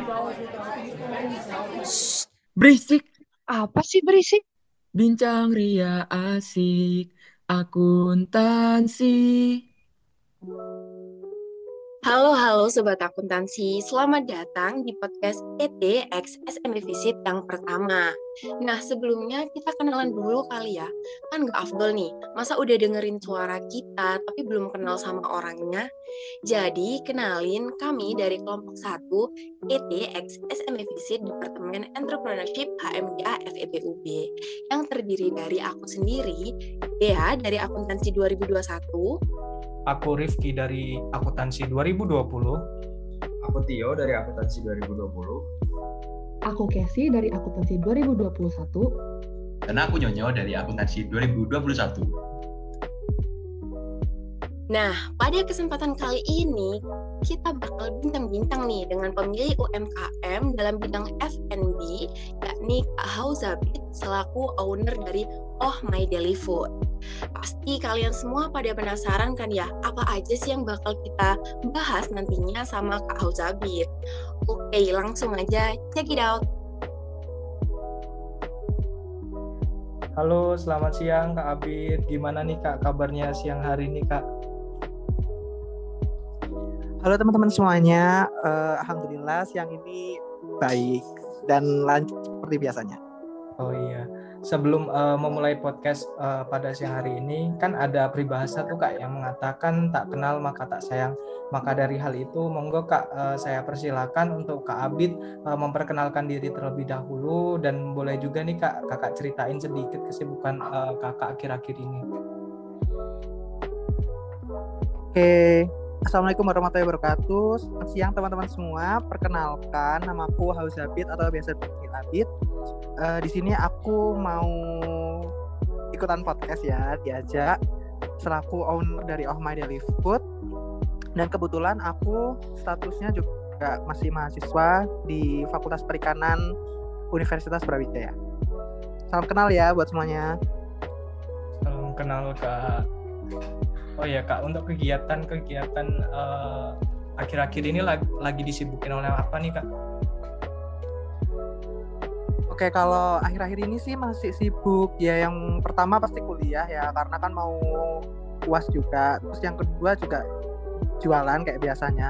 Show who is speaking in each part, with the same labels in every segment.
Speaker 1: Shh, berisik.
Speaker 2: Apa sih berisik?
Speaker 1: Bincang ria asik. Akuntansi.
Speaker 2: Halo Sobat Akuntansi, selamat datang di podcast ETX SME Visit yang pertama. Nah, sebelumnya kita kenalan dulu kali ya. Kan gak afdol nih, masa udah dengerin suara kita tapi belum kenal sama orangnya? Jadi, kenalin kami dari kelompok 1 ETX SME Visit Departemen Entrepreneurship HMDA FEBUB yang terdiri dari aku sendiri, Dea dari Akuntansi 2021,
Speaker 3: Aku Rifki dari Akuntansi 2020.
Speaker 4: Aku Tio dari Akuntansi 2020.
Speaker 5: Aku Casey dari Akuntansi 2021.
Speaker 6: Dan aku Nyonyo dari Akuntansi 2021.
Speaker 2: Nah, pada kesempatan kali ini, kita bakal bincang-bincang nih dengan pemilik UMKM dalam bidang F&B, yakni Kak Hauzabit, selaku owner dari Oh My Daily Food. Pasti kalian semua pada penasaran kan ya, apa aja sih yang bakal kita bahas nantinya sama Kak Hauzabit. Oke, langsung aja, check it out.
Speaker 3: Halo, selamat siang Kak Abid. Gimana nih Kak kabarnya siang hari ini Kak?
Speaker 7: Halo teman-teman semuanya, alhamdulillah siang ini baik dan lancar seperti biasanya.
Speaker 3: Oh iya, sebelum memulai podcast pada siang hari ini, kan ada peribahasa tuh Kak yang mengatakan tak kenal maka tak sayang. Maka dari hal itu, monggo Kak, saya persilakan untuk Kak Abid memperkenalkan diri terlebih dahulu, dan boleh juga nih Kak, Kakak ceritain sedikit kesibukan Kakak akhir-akhir ini.
Speaker 7: Oke. Assalamualaikum warahmatullahi wabarakatuh. Selamat siang teman-teman semua. Perkenalkan, namaku Hauzabit atau biasa dipanggil Abid. Di sini aku mau ikutan podcast ya, diajak selaku owner dari Oh My Daily Food. Dan kebetulan aku statusnya juga masih mahasiswa di Fakultas Perikanan Universitas Brawijaya. Salam kenal ya buat semuanya.
Speaker 3: Salam kenal Kak. Oh ya Kak, untuk kegiatan akhir-akhir ini lagi disibukin oleh apa nih Kak?
Speaker 7: Oke, kalau akhir-akhir ini sih masih sibuk ya. Yang pertama pasti kuliah ya, karena kan mau UAS juga. Terus yang kedua juga jualan kayak biasanya.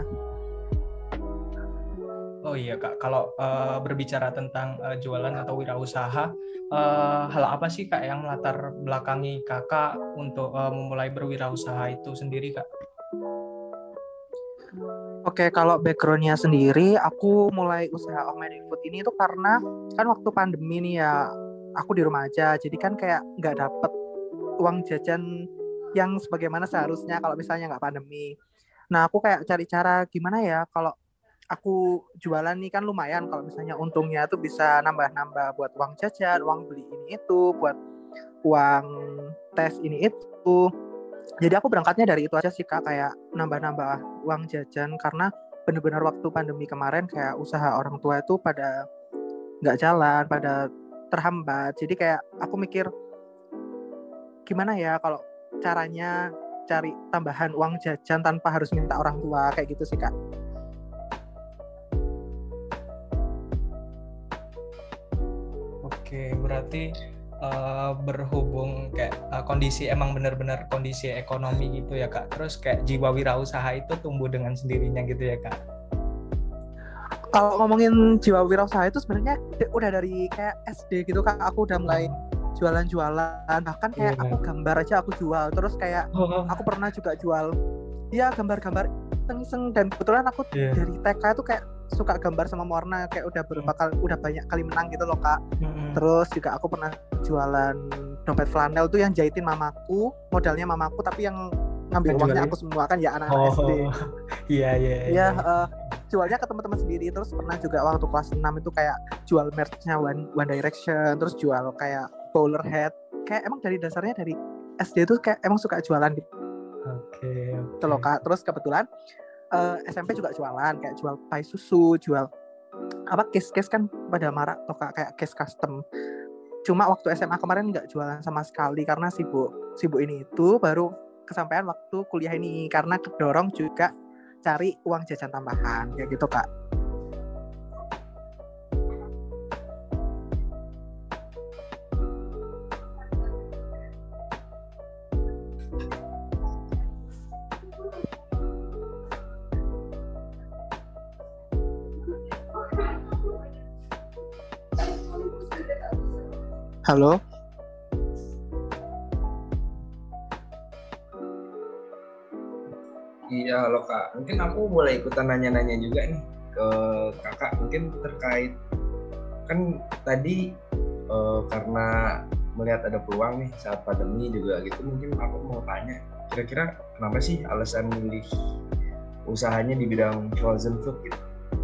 Speaker 3: Oh iya Kak, kalau berbicara tentang jualan atau wirausaha, hal apa sih Kak yang melatar belakangi Kakak untuk memulai berwirausaha itu sendiri Kak?
Speaker 7: Oke, kalau background-nya sendiri, aku mulai usaha Oh My Daily Food ini itu karena kan waktu pandemi nih ya, aku di rumah aja. Jadi kan kayak nggak dapet uang jajan yang sebagaimana seharusnya kalau misalnya nggak pandemi. Nah, aku kayak cari cara gimana ya kalau aku jualan nih kan lumayan kalau misalnya untungnya tuh bisa nambah-nambah buat uang jajan, uang beli ini itu, buat uang tes ini itu. Jadi aku berangkatnya dari itu aja sih Kak, kayak nambah-nambah uang jajan karena benar-benar waktu pandemi kemarin kayak usaha orang tua itu pada nggak jalan, pada terhambat. Jadi kayak aku mikir gimana ya kalau caranya cari tambahan uang jajan tanpa harus minta orang tua, kayak gitu sih Kak.
Speaker 3: Oke, berarti berhubung kayak kondisi emang benar-benar kondisi ekonomi gitu ya Kak. Terus kayak jiwa wirausaha itu tumbuh dengan sendirinya gitu ya Kak.
Speaker 7: Kalau ngomongin jiwa wirausaha itu sebenarnya udah dari kayak SD gitu Kak, aku udah mulai jualan-jualan, bahkan kayak aku gambar aja aku jual. Terus kayak aku pernah juga jual ya gambar-gambar iseng-iseng, dan kebetulan aku dari TK itu kayak suka gambar sama warna, kayak udah banyak kali menang gitu loh Kak. Terus juga aku pernah jualan dompet flanel tuh yang jahitin mamaku, modalnya mamaku, tapi yang ngambil uangnya aku semua kan ya anak-anak SD. Iya. Jualnya ke teman-teman sendiri. Terus pernah juga waktu kelas 6 itu kayak jual merch-nya One Direction, terus jual kayak bowler hat. Kayak emang dari dasarnya dari SD tuh kayak emang suka jualan gitu.
Speaker 3: Oke.
Speaker 7: Itu loh Kak. Terus kebetulan SMP juga jualan, kayak jual pai susu, jual apa case kan pada marak tuh Kak, kayak case custom. Cuma waktu SMA kemarin nggak jualan sama sekali karena sibuk ini itu, baru kesampaian waktu kuliah ini karena kedorong juga cari uang jajan tambahan kayak gitu Kak. Halo.
Speaker 4: Iya, halo Kak. Mungkin aku boleh ikutan nanya-nanya juga nih ke Kakak. Mungkin terkait, kan tadi karena melihat ada peluang nih saat pandemi juga gitu, mungkin aku mau tanya, kira-kira kenapa sih alasan milih usahanya di bidang frozen food gitu?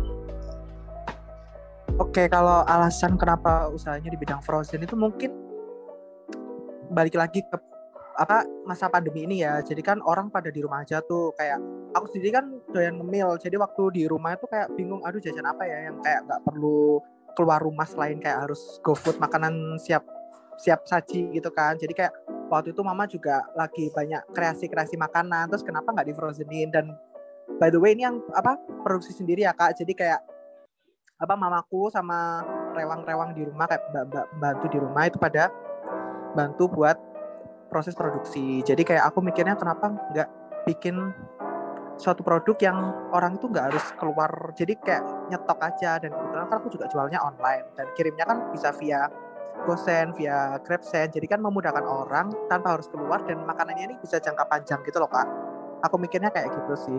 Speaker 7: Oke, kalau alasan kenapa usahanya di bidang frozen itu mungkin balik lagi ke masa pandemi ini ya. Jadi kan orang pada di rumah aja tuh, kayak aku sendiri kan doyan ngemil. Jadi waktu di rumah itu kayak bingung, aduh jajan apa ya yang kayak nggak perlu keluar rumah selain kayak harus GoFood, makanan siap saji gitu kan. Jadi kayak waktu itu mama juga lagi banyak kreasi makanan, terus kenapa nggak di frozenin. Dan by the way ini yang produksi sendiri ya Kak. Jadi kayak mamaku sama rewang-rewang di rumah, kayak mbak bantu di rumah itu pada bantu buat proses produksi. Jadi kayak aku mikirnya kenapa nggak bikin suatu produk yang orang itu nggak harus keluar, jadi kayak nyetok aja. Dan kebetulan kan aku juga jualnya online dan kirimnya kan bisa via GoSend, via GrabSend, jadi kan memudahkan orang tanpa harus keluar dan makanannya ini bisa jangka panjang gitu loh Kak. Aku mikirnya kayak gitu sih.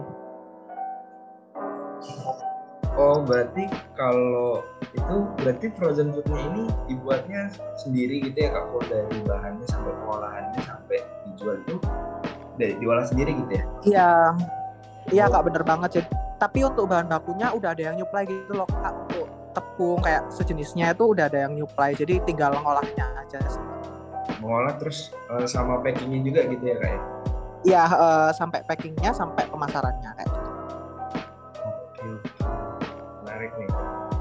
Speaker 4: Oh, berarti kalau itu berarti frozen foodnya ini dibuatnya sendiri gitu ya Kak? Kalau dari bahannya sampai pengolahannya sampai dijual itu diolah sendiri gitu ya?
Speaker 7: Iya Kak, bener banget. Tapi untuk bahan bakunya udah ada yang nyuplai gitu loh Kak. Untuk tepung kayak sejenisnya itu udah ada yang nyuplai, jadi tinggal ngolahnya aja sih.
Speaker 4: Mengolah terus sama packingnya juga gitu ya Kak ya?
Speaker 7: Iya, sampai packingnya sampai pemasarannya kayak gitu.
Speaker 4: Oke. Menarik nih.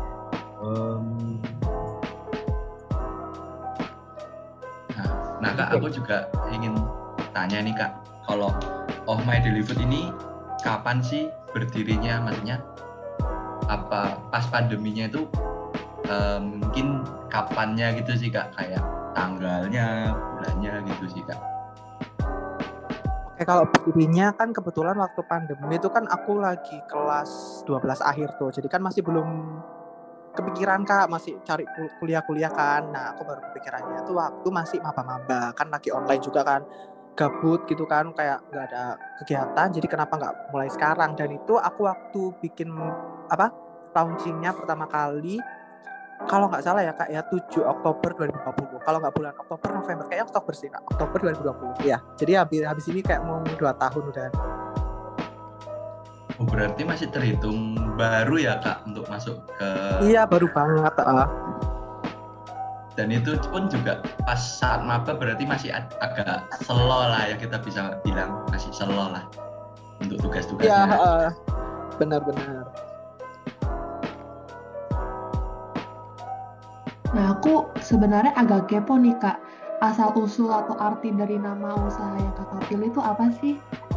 Speaker 6: Nah Kak, aku juga ingin tanya nih Kak, kalau Oh My Daily Food ini kapan sih berdirinya? Maksudnya apa pas pandeminya itu mungkin kapannya gitu sih Kak, kayak tanggalnya, bulannya gitu sih Kak.
Speaker 7: Oke, kalau berdirinya kan kebetulan waktu pandemi itu kan aku lagi kelas 12 akhir tuh, jadi kan masih belum kepikiran Kak, masih cari kuliah kan. Nah aku baru kepikirannya tuh waktu masih maba-maba, kan lagi online juga kan, gabut gitu kan, kayak nggak ada kegiatan, jadi kenapa nggak mulai sekarang. Dan itu aku waktu bikin launchingnya pertama kali, kalau nggak salah ya Kak ya, 7 Oktober 2020. Kalau nggak bulan Oktober, November, kayaknya Oktober sih Kak, Oktober 2020 ya. Jadi habis ini kayak mau 2 tahun udah.
Speaker 6: Oh, berarti masih terhitung baru ya Kak untuk masuk ke...
Speaker 7: Iya, baru banget.
Speaker 6: Dan itu pun juga pas saat maba berarti masih agak slow lah ya, kita bisa bilang masih slow lah untuk tugas-tugasnya.
Speaker 7: Iya, benar-benar.
Speaker 5: Nah, aku sebenarnya agak kepo nih Kak, asal-usul atau arti dari nama usaha yang Kakak pilih itu apa sih?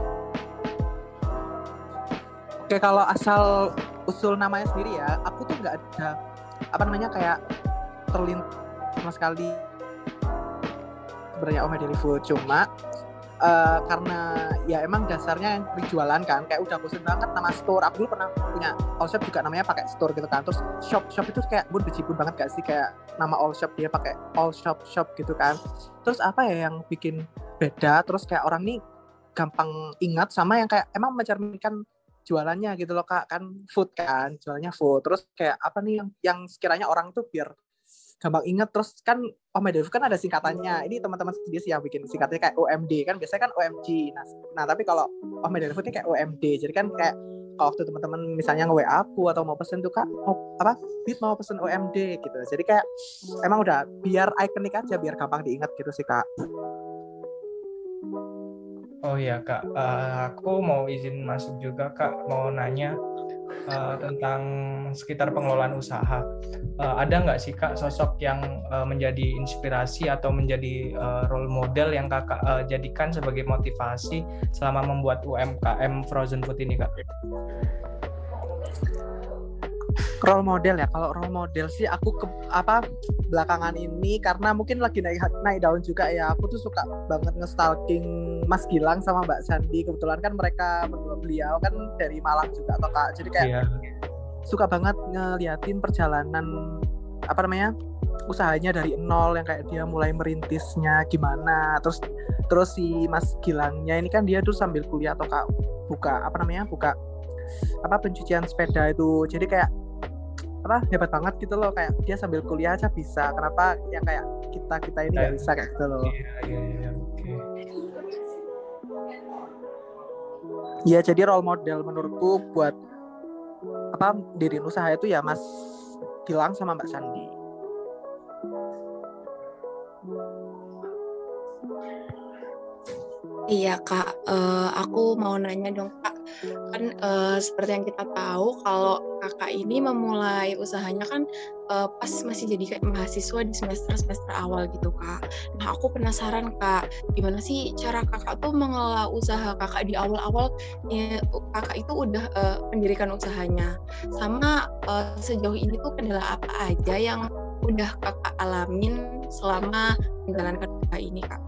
Speaker 7: Oke, kalau asal usul namanya sendiri ya, aku tuh nggak ada kayak terlintas sama sekali sebenarnya Oh My Daily Food. Cuma karena ya emang dasarnya yang berjualan kan, kayak udah bosen banget nama store. Aku dulu pernah punya all shop juga namanya pakai store gitu kan. Terus shop itu kayak bejibun banget gak sih, kayak nama all shop dia pakai all shop gitu kan. Terus apa ya yang bikin beda, terus kayak orang nih gampang ingat sama yang kayak emang mencerminkan jualannya gitu loh Kak, kan food kan, jualannya food. Terus kayak apa nih yang sekiranya orang tuh biar gampang inget. Terus kan Oh My Daily Food kan ada singkatannya. Ini teman-teman sendiri sih yang bikin singkatnya kayak OMD kan, biasanya kan OMG. Nah tapi kalau Oh My Daily Food ini kayak OMD. Jadi kan kayak kalau waktu teman-teman misalnya nge-WA aku atau mau pesen tuh Kak, mau pesen OMD gitu. Jadi kayak emang udah biar ikonik aja, biar gampang diingat gitu sih Kak.
Speaker 3: Oh iya Kak, aku mau izin masuk juga Kak, mau nanya tentang sekitar pengelolaan usaha. Ada nggak sih Kak sosok yang menjadi inspirasi atau menjadi role model yang Kakak jadikan sebagai motivasi selama membuat UMKM Frozen Food ini Kak?
Speaker 7: Role model ya, kalau role model sih aku belakangan ini karena mungkin lagi naik daun juga ya, aku tuh suka banget nge-stalking Mas Gilang sama Mbak Sandi. Kebetulan kan mereka beliau kan dari Malang juga toh Kak, jadi kayak suka banget ngeliatin perjalanan usahanya dari nol, yang kayak dia mulai merintisnya gimana. Terus si Mas Gilangnya ini kan dia tuh sambil kuliah atau Kak buka pencucian sepeda itu. Jadi kayak hebat banget gitu loh, kayak dia sambil kuliah aja bisa. Kenapa yang kayak kita ini nggak bisa kayak gitu loh.
Speaker 3: Iya, oke.
Speaker 7: Ya, jadi role model menurutku buat diriin usaha itu ya Mas Gilang sama Mbak Sandi.
Speaker 2: Iya Kak, aku mau nanya dong Kak, kan seperti yang kita tahu kalau Kakak ini memulai usahanya kan pas masih jadi kayak mahasiswa di semester awal gitu Kak. Nah aku penasaran Kak, gimana sih cara Kakak tuh mengelola usaha Kakak di awal-awal Kakak itu udah mendirikan usahanya, sama sejauh ini tuh kendala apa aja yang udah Kakak alamin selama menjalankan usaha ini Kak?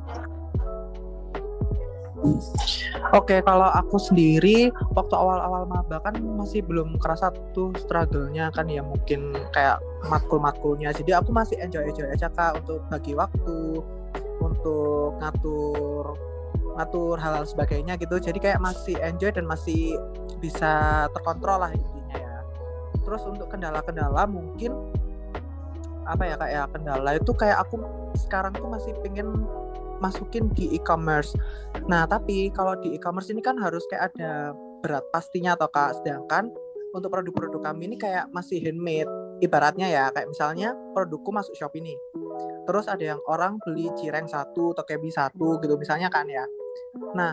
Speaker 7: Oke, kalau aku sendiri waktu awal-awal maba kan masih belum kerasa tuh struggle-nya kan ya, mungkin kayak matkul-matkulnya. Jadi aku masih enjoy aja Kak untuk bagi waktu, untuk ngatur hal-hal sebagainya gitu. Jadi kayak masih enjoy dan masih bisa terkontrol lah intinya ya. Terus untuk kendala-kendala mungkin kendala itu kayak aku sekarang tuh masih pengen masukin di e-commerce. Nah, tapi kalau di e-commerce ini kan harus kayak ada berat pastinya atau Kak. Sedangkan untuk produk-produk kami ini kayak masih handmade. Ibaratnya ya, kayak misalnya produkku masuk Shopee nih. Terus ada yang orang beli cireng 1, tokebi 1 gitu misalnya kan ya. Nah,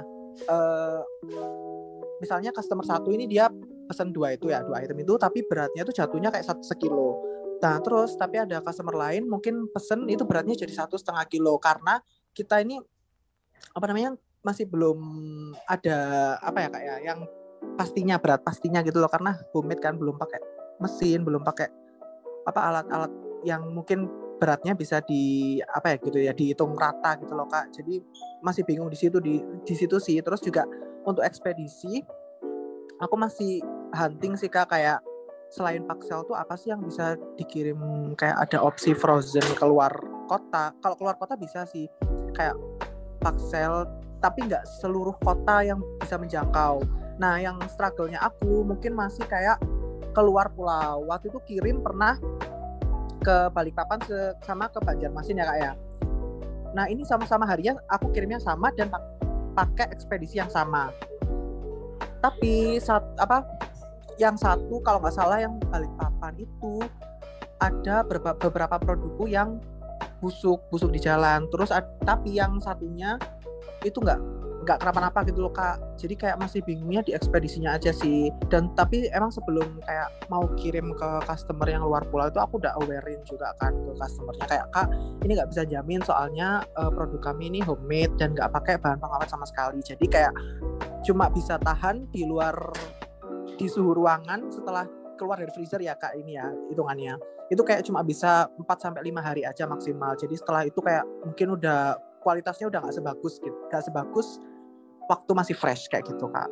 Speaker 7: misalnya customer 1 ini dia pesen 2 item itu, tapi beratnya itu jatuhnya kayak 1 kilo. Nah, terus tapi ada customer lain mungkin pesen itu beratnya jadi 1,5 kilo karena kita ini masih belum ada yang pastinya berat pastinya gitu loh, karena homemade kan, belum pakai mesin, belum pakai alat-alat yang mungkin beratnya bisa dihitung rata gitu loh Kak. Jadi masih bingung di situ sih. Terus juga untuk ekspedisi aku masih hunting sih Kak, kayak selain Paxel tuh apa sih yang bisa dikirim, kayak ada opsi frozen keluar kota. Kalau keluar kota bisa sih kayak Paxel, tapi nggak seluruh kota yang bisa menjangkau. Nah, yang struggle-nya aku mungkin masih kayak keluar pulau. Waktu itu kirim pernah ke Balikpapan sama ke Banjarmasin ya Kak ya. Nah, ini sama-sama harinya aku kirimnya sama dan pakai ekspedisi yang sama. Tapi yang satu kalau nggak salah yang Balikpapan itu ada beberapa produkku yang busuk di jalan. Terus tapi yang satunya itu nggak kenapa-napa gitu loh Kak. Jadi kayak masih bingungnya di ekspedisinya aja sih. Dan tapi emang sebelum kayak mau kirim ke customer yang luar pulau itu aku udah awarein juga kan ke customernya, kayak Kak ini nggak bisa jamin soalnya produk kami ini homemade dan nggak pakai bahan pengawet sama sekali. Jadi kayak cuma bisa tahan di suhu ruangan setelah keluar dari freezer ya Kak, ini ya hitungannya. Itu kayak cuma bisa 4-5 hari aja maksimal. Jadi setelah itu kayak mungkin udah kualitasnya udah nggak sebagus waktu masih fresh kayak gitu Kak.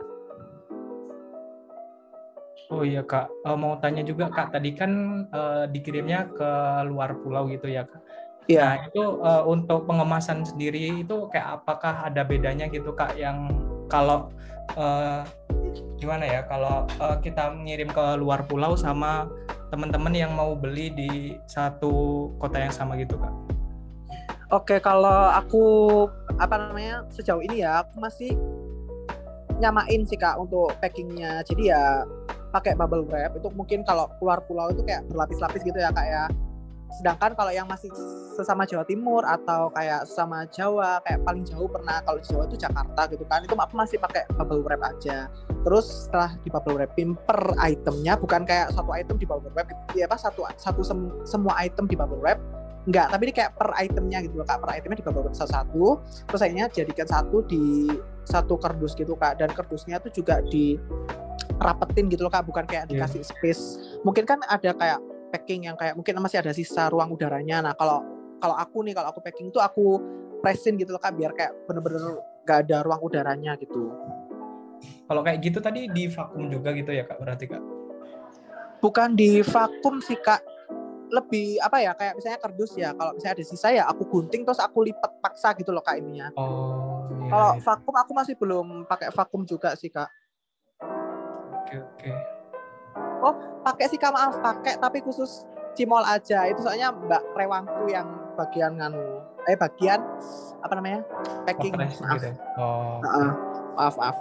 Speaker 3: Oh iya Kak, mau tanya juga Kak, tadi kan dikirimnya ke luar pulau gitu ya Kak.
Speaker 7: Iya.
Speaker 3: Nah itu untuk pengemasan sendiri itu kayak apakah ada bedanya gitu Kak, yang kalau gimana ya, kalau kita ngirim ke luar pulau sama teman-teman yang mau beli di satu kota yang sama gitu Kak?
Speaker 7: Oke, kalau aku sejauh ini ya aku masih nyamain sih Kak untuk packingnya. Jadi ya pakai bubble wrap. Itu mungkin kalau keluar pulau itu kayak berlapis-lapis gitu ya Kak ya. Sedangkan kalau yang masih sesama Jawa Timur atau kayak sesama Jawa, kayak paling jauh pernah kalau di Jawa itu Jakarta gitu kan, itu aku masih pakai bubble wrap aja. Terus setelah di bubble wrapin per itemnya, bukan kayak satu item di bubble wrap gitu ya, semua item di bubble wrap, enggak, tapi ini kayak per itemnya gitu loh Kak, per itemnya di bubble wrap satu, terus akhirnya jadikan satu di satu kardus gitu Kak, dan kardusnya itu juga dirapetin gitu loh Kak, bukan kayak dikasih space. Mungkin kan ada kayak packing yang kayak mungkin masih ada sisa ruang udaranya. Nah kalau aku packing tuh aku presin gitu loh Kak, biar kayak bener-bener gak ada ruang udaranya gitu.
Speaker 3: Kalau kayak gitu tadi di vakum juga gitu ya Kak, berarti Kak?
Speaker 7: Bukan di vakum sih Kak, lebih apa ya, kayak misalnya kardus ya, kalau misalnya ada sisa ya aku gunting terus aku lipat paksa gitu loh Kak ininya.
Speaker 3: Oh, iya.
Speaker 7: Kalau
Speaker 3: iya.
Speaker 7: vakum aku masih belum pakai vakum juga sih Kak.
Speaker 3: Oke.
Speaker 7: Oh, pakai sih Kak, maaf, pakai tapi khusus cimol aja. Itu soalnya Mbak Rewangku yang bagian bagian apa namanya? Packing.
Speaker 3: Operasi
Speaker 7: Maaf.
Speaker 3: gitu. Oh.
Speaker 7: Maaf.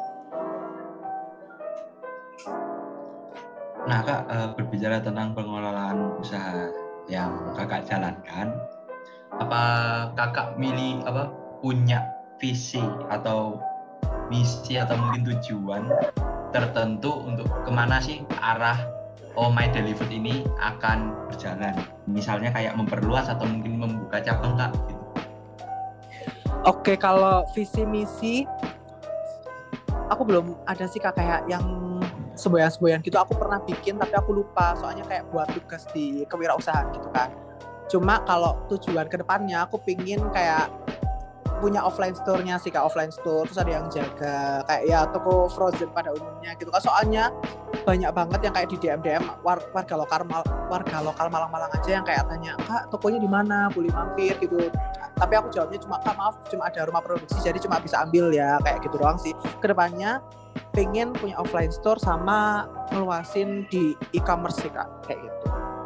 Speaker 6: Nah Kak, berbicara tentang pengelolaan usaha yang Kakak jalankan, apa Kakak punya visi atau misi atau mungkin tujuan tertentu untuk kemana sih arah Oh My Daily Food ini akan berjalan? Misalnya kayak memperluas atau mungkin membuka cabang Kak gitu.
Speaker 7: Oke, kalau visi misi aku belum ada sih Kak, kayak yang semboyan-semboyan gitu aku pernah bikin tapi aku lupa, soalnya kayak buat tugas di kewirausahaan gitu kan. Cuma kalau tujuan kedepannya aku pingin kayak punya offline store-nya sih Kak, offline store, terus ada yang jaga kayak ya toko frozen pada umumnya gitu kan. Soalnya banyak banget yang kayak di DM warga lokal Malang-Malang aja yang kayak tanya, Kak tokonya di mana, boleh mampir gitu. Tapi aku jawabnya cuma, Kak maaf cuma ada rumah produksi jadi cuma bisa ambil ya, kayak gitu doang sih. Kedepannya pengen punya offline store sama ngeluasin di e-commerce sih Kak, kayak gitu.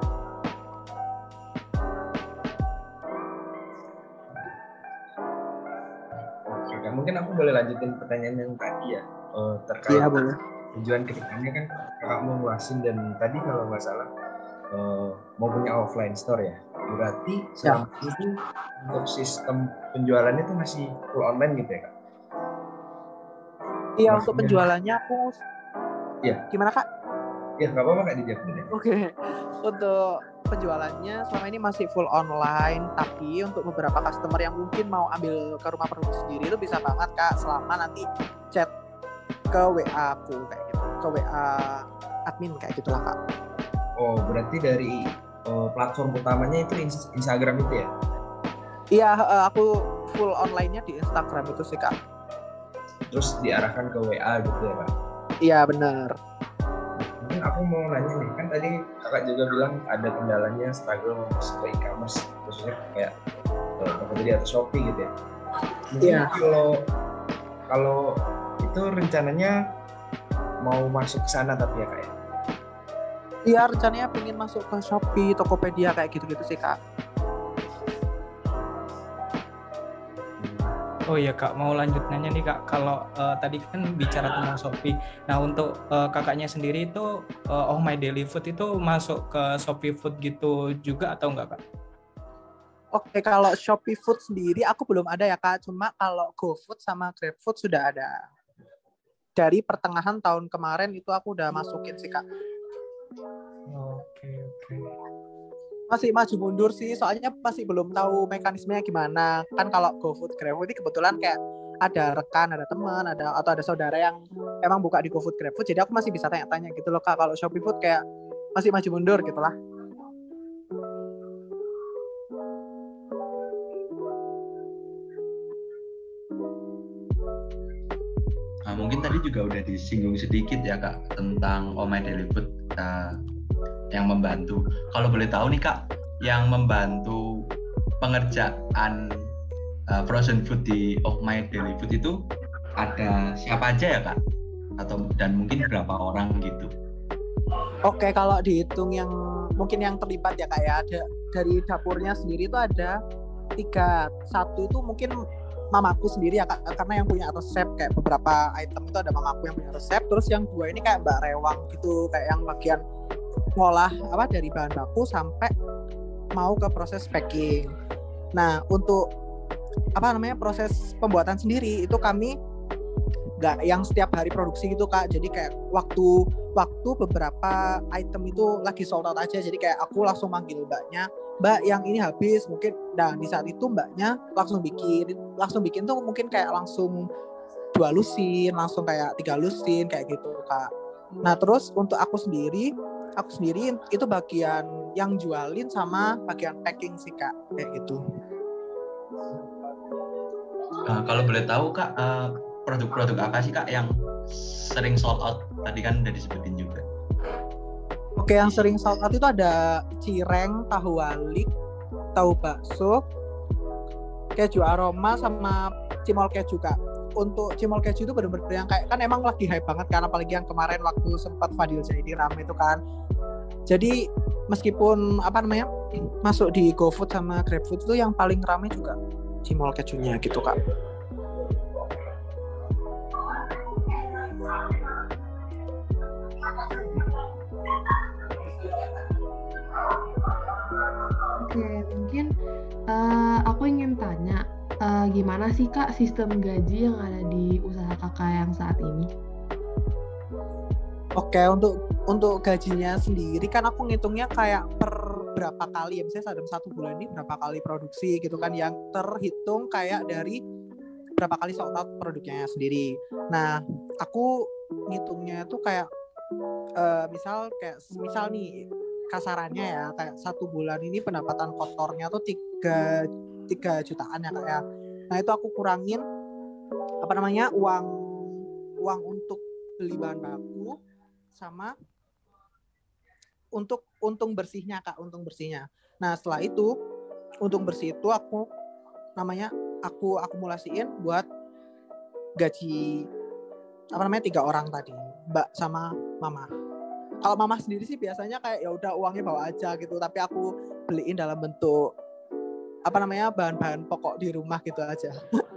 Speaker 4: Oke, mungkin aku boleh lanjutin pertanyaan yang tadi ya, terkait
Speaker 7: boleh.
Speaker 4: tujuan kedepannya kan Kakak mau ngeluasin, dan tadi kalau nggak salah mau punya offline store ya. Berarti selama ini untuk sistem penjualannya itu masih full online gitu ya Kak?
Speaker 7: Iya, untuk penjualannya aku gimana Kak?
Speaker 4: Ya nggak apa-apa Kak, dijawab dulu.
Speaker 7: Oke. Untuk penjualannya selama ini masih full online, tapi untuk beberapa customer yang mungkin mau ambil ke rumah produksi sendiri itu bisa banget Kak, selama nanti chat ke WA aku kayak gitu, ke WA admin kayak gitulah Kak.
Speaker 4: Oh, berarti dari platform utamanya itu Instagram itu ya?
Speaker 7: Iya, aku full online-nya di Instagram itu sih Kak.
Speaker 4: Terus diarahkan ke WA gitu ya Kak?
Speaker 7: Iya benar.
Speaker 4: Mungkin aku mau nanya nih, kan tadi Kakak juga bilang ada kendalanya struggle masuk ke e-commerce, khususnya kayak Tokopedia atau Shopee gitu ya. Mungkin kalau itu rencananya mau masuk ke sana tapi ya Kak ya?
Speaker 7: Iya, rencananya pengen masuk ke Shopee, Tokopedia kayak gitu-gitu sih Kak.
Speaker 3: Oh iya Kak, mau lanjut nanya nih Kak, kalau tadi kan bicara tentang Shopee. Nah untuk kakaknya sendiri itu Oh My Daily Food itu masuk ke Shopee Food gitu juga atau enggak Kak?
Speaker 7: Oke, kalau Shopee Food sendiri aku belum ada ya Kak, cuma kalau GoFood sama GrabFood sudah ada. Dari pertengahan tahun kemarin itu aku udah masukin sih Kak.
Speaker 3: Oke.
Speaker 7: Masih maju mundur sih, soalnya masih belum tahu mekanismenya gimana. Kan kalau GoFood, GrabFood ini kebetulan kayak ada rekan, ada teman, atau ada saudara yang emang buka di GoFood, GrabFood, jadi aku masih bisa tanya-tanya gitu loh Kak. Kalau Shopee Food kayak masih maju mundur gitu lah.
Speaker 6: Nah, mungkin tadi juga udah disinggung sedikit ya Kak tentang Oh My Daily Food yang membantu. Kalau boleh tahu nih Kak, yang membantu pengerjaan frozen food di Oh My Daily Food itu ada siapa aja ya Kak? Dan mungkin berapa orang gitu?
Speaker 7: Oke, kalau dihitung yang mungkin yang terlibat ya Kak ya, ada dari dapurnya sendiri itu ada 3. 1 itu mungkin mamaku sendiri ya Kak, karena yang punya resep kayak beberapa item itu ada mamaku yang punya resep. Terus yang 2 ini kayak Mbak Rewang gitu, kayak yang bagian ngolah dari bahan baku sampai mau ke proses packing. Nah, untuk proses pembuatan sendiri itu kami nggak yang setiap hari produksi gitu Kak. Jadi kayak waktu beberapa item itu lagi sold out aja. Jadi kayak aku langsung manggil mbaknya, Mbak yang ini habis mungkin. Nah di saat itu mbaknya langsung bikin tuh mungkin kayak langsung 2 lusin, langsung kayak 3 lusin kayak gitu Kak. Nah terus untuk aku sendiri itu bagian yang jualin sama bagian packing sih Kak, kayak gitu.
Speaker 6: Kalau boleh tahu Kak, produk-produk apa sih Kak yang sering sold out? Tadi kan udah disebutin juga.
Speaker 7: Oke, yang sering sold out itu ada cireng, tahu walik, tahu bakso, keju aroma, sama cimol keju Kak. Untuk cimol keju itu benar-benar yang kayak kan emang lagi hype banget kan, apalagi yang kemarin waktu sempat Fadil Zaidi rame itu kan. Jadi meskipun masuk di GoFood sama GrabFood itu yang paling rame juga cimol kejunya gitu Kak.
Speaker 5: Oke, mungkin aku ingin tanya, gimana sih Kak sistem gaji yang ada di usaha Kakak yang saat ini?
Speaker 7: Oke, untuk gajinya sendiri kan aku ngitungnya kayak per berapa kali ya, misalnya dalam 1 bulan ini berapa kali produksi gitu kan, yang terhitung kayak dari berapa kali sold out produknya sendiri. Nah, aku ngitungnya itu kayak misal nih kasarannya ya, kayak 1 bulan ini pendapatan kotornya tuh 3 jutaan ya Kak ya. Nah, itu aku kurangin uang untuk beli bahan baku sama untuk untung bersihnya Kak, untung bersihnya. Nah, setelah itu untung bersih itu aku akumulasiin buat gaji 3 orang tadi, Mbak sama Mama. Kalau Mama sendiri sih biasanya kayak ya udah uangnya bawa aja gitu, tapi aku beliin dalam bentuk bahan-bahan pokok di rumah gitu aja.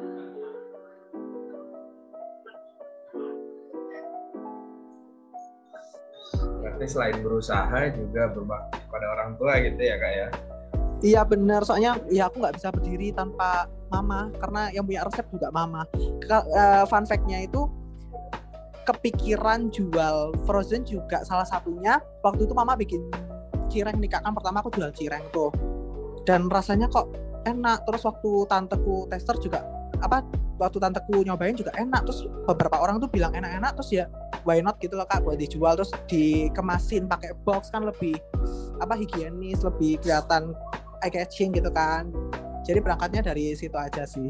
Speaker 4: Berarti selain berusaha juga berbakti pada orang tua gitu ya Kak ya?
Speaker 7: Iya benar, soalnya ya aku nggak bisa berdiri tanpa Mama, karena yang punya resep juga Mama. Fun fact-nya itu kepikiran jual frozen juga salah satunya waktu itu Mama bikin cireng nih Kak, kan pertama aku jual cireng tuh dan rasanya kok enak, terus waktu tanteku tester juga waktu tanteku nyobain juga enak, terus beberapa orang tuh bilang enak-enak, terus ya why not gitu loh Kak buat dijual, terus dikemasin pakai box kan lebih higienis, lebih kelihatan eye catching gitu kan. Jadi berangkatnya dari situ aja sih.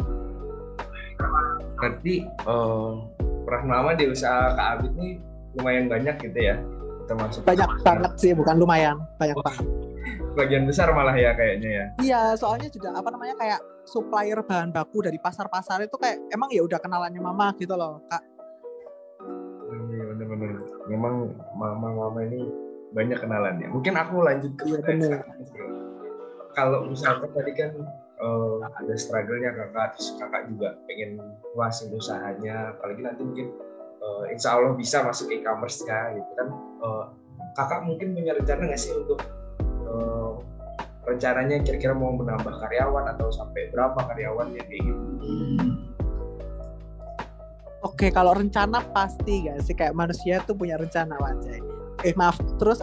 Speaker 4: Berarti peran Mama di usaha Kak Abid nih lumayan banyak gitu ya, termasuk
Speaker 7: banyak banget sih, bukan lumayan, banyak banget.
Speaker 4: Bagian besar malah ya kayaknya ya.
Speaker 7: Iya, soalnya juga kayak supplier bahan baku dari pasar-pasar itu kayak emang ya udah kenalannya Mama gitu loh Kak.
Speaker 4: Iya bener-bener, memang Mama ini banyak kenalannya. Mungkin aku lanjut ke kalau misalkan tadi kan ada struggle-nya Kakak, terus Kakak juga pengen luasin usahanya, apalagi nanti mungkin insya Allah bisa masuk e-commerce gitu kan. Kakak mungkin punya rencana nggak sih untuk rencananya kira-kira mau menambah karyawan atau sampai berapa karyawannya kayak gitu?
Speaker 7: Oke, kalau rencana pasti gak sih, kayak manusia tuh punya rencana wajah. Terus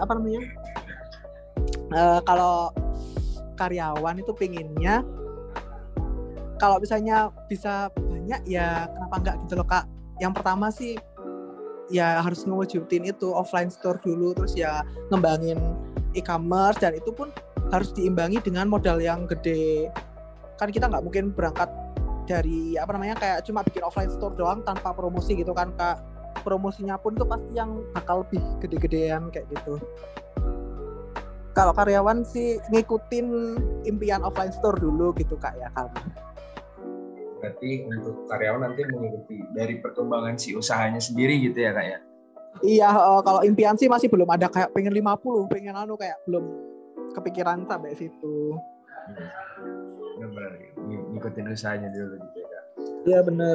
Speaker 7: kalau karyawan itu pinginnya kalau misalnya bisa banyak ya kenapa enggak gitu loh Kak. Yang pertama sih ya harus ngewujudin itu offline store dulu, terus ya ngembangin e-commerce, dan itu pun harus diimbangi dengan modal yang gede. Kan kita nggak mungkin berangkat dari kayak cuma bikin offline store doang tanpa promosi gitu kan Kak. Promosinya pun tuh pasti yang bakal lebih gede-gedean kayak gitu. Kalau karyawan sih ngikutin impian offline store dulu gitu Kak ya Kak.
Speaker 4: Berarti untuk karyawan nanti mengikuti dari perkembangan si usahanya sendiri gitu ya Kak ya?
Speaker 7: Iya, kalau impian sih masih belum ada kayak pengen 50, pengen kayak belum kepikiran sampai situ.
Speaker 4: Benar-benar ngikutin usahanya dulu gitu ya Kak?
Speaker 7: Iya benar.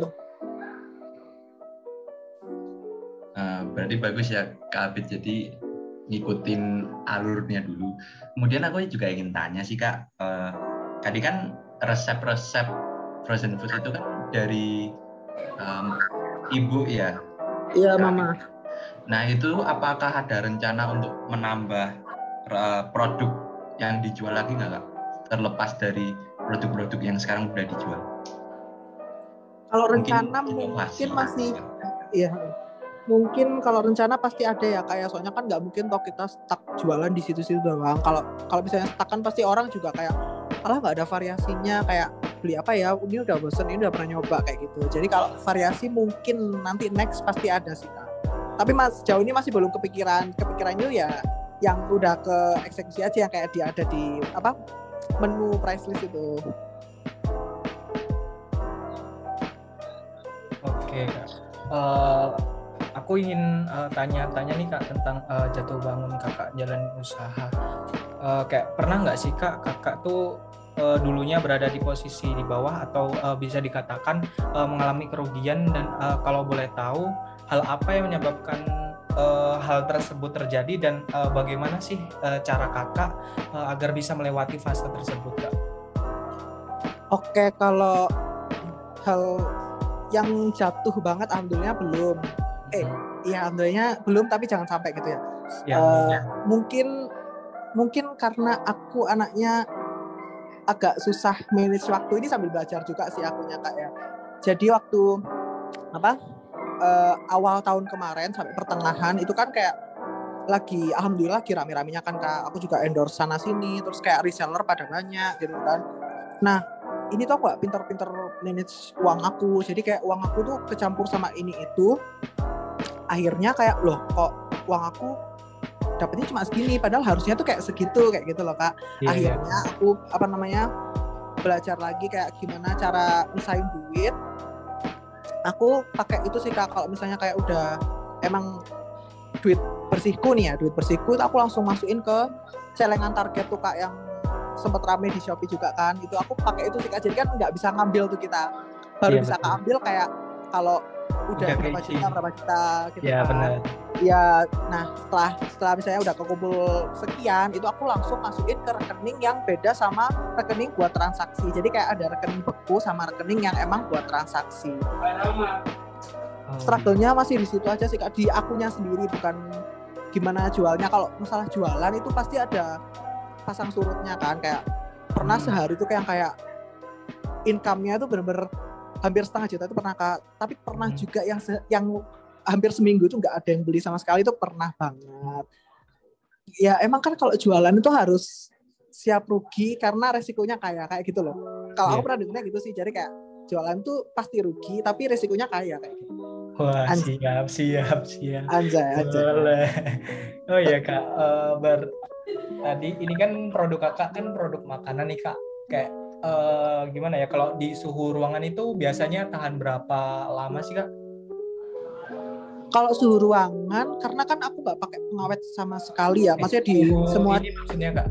Speaker 6: Berarti bagus ya Kak Abid, jadi ngikutin alurnya dulu. Kemudian aku juga ingin tanya sih Kak, tadi kan resep-resep frozen food itu kan dari ibu ya?
Speaker 7: Iya Mama.
Speaker 6: Nah itu apakah ada rencana untuk menambah produk yang dijual lagi nggak Kak? Terlepas dari produk-produk yang sekarang udah dijual.
Speaker 7: Kalau rencana mungkin masih, iya. Mungkin kalau rencana pasti ada ya kayak, soalnya kan nggak mungkin toh kita stuck jualan di situ-situ doang. Kalau misalnya stuck kan pasti orang juga kayak alah nggak ada variasinya, kayak beli apa ya, ini udah bosen, ini udah pernah nyoba kayak gitu. Jadi kalau variasi mungkin nanti next pasti ada sih Kak. Tapi jauh ini masih belum kepikirannya ya yang udah ke eksekusi aja, yang kayak dia ada di menu price list itu.
Speaker 3: Oke, Kak. Aku ingin tanya-tanya nih Kak tentang jatuh bangun Kakak jalan usaha. Kayak pernah nggak sih Kakak tuh dulunya berada di posisi di bawah atau bisa dikatakan mengalami kerugian, dan kalau boleh tahu hal apa yang menyebabkan hal tersebut terjadi, dan bagaimana sih cara Kakak agar bisa melewati fase tersebut, Kak?
Speaker 7: Oke, kalau hal yang jatuh banget alhamdulillah belum. Iya alhamdulillah belum, tapi jangan sampai gitu ya. Mungkin karena aku anaknya agak susah manage waktu, ini sambil belajar juga sih akunya Kak ya. Jadi waktu awal tahun kemarin sampai pertengahan itu kan kayak alhamdulillah lagi rame-ramenya kan Kak. Aku juga endorse sana sini, terus kayak reseller pada banyak gitu kan. Nah, ini tuh aku gak pinter-pinter manage uang aku. Jadi kayak uang aku tuh kecampur sama ini itu. Akhirnya kayak loh kok uang aku dapetnya cuma segini, padahal harusnya tuh kayak segitu, kayak gitu loh Kak. Akhirnya aku belajar lagi kayak gimana cara misahin duit. Aku pakai itu sih Kak, kalau misalnya kayak udah emang duit bersihku tuh aku langsung masukin ke celengan target tuh Kak, yang sempat rame di Shopee juga kan. Itu aku pakai itu sih Kak, jadi kan nggak bisa ngambil tuh kita, baru bisa keambil kayak kalau udah berapa juta gitu kan. Benar. Ya, nah setelah misalnya udah kekumpul sekian, itu aku langsung masukin ke rekening yang beda sama rekening buat transaksi. Jadi kayak ada rekening beku sama rekening yang emang buat transaksi. Struggle-nya masih di situ aja sih Kak, di akunya sendiri, bukan gimana jualnya. Kalau masalah jualan itu pasti ada pasang surutnya kan, kayak pernah sehari tuh kayak income-nya tuh bener-bener hampir setengah juta itu pernah Kak. Tapi pernah juga yang hampir seminggu itu nggak ada yang beli sama sekali, itu pernah banget. Ya emang kan kalau jualan itu harus siap rugi karena resikonya kayak gitu loh. Kalau aku pernah dengarnya gitu sih, jadi kayak jualan tuh pasti rugi tapi resikonya kayak gitu.
Speaker 3: Wah, siap.
Speaker 7: Anjay.
Speaker 3: Boleh. Oh iya Kak, tadi ini kan produk Kakak kan produk makanan nih Kak. Kayak gimana ya, kalau di suhu ruangan itu biasanya tahan berapa lama sih Kak?
Speaker 7: Kalau suhu ruangan, karena kan aku nggak pakai pengawet sama sekali ya, maksudnya di semua.
Speaker 3: Ini maksudnya Kak,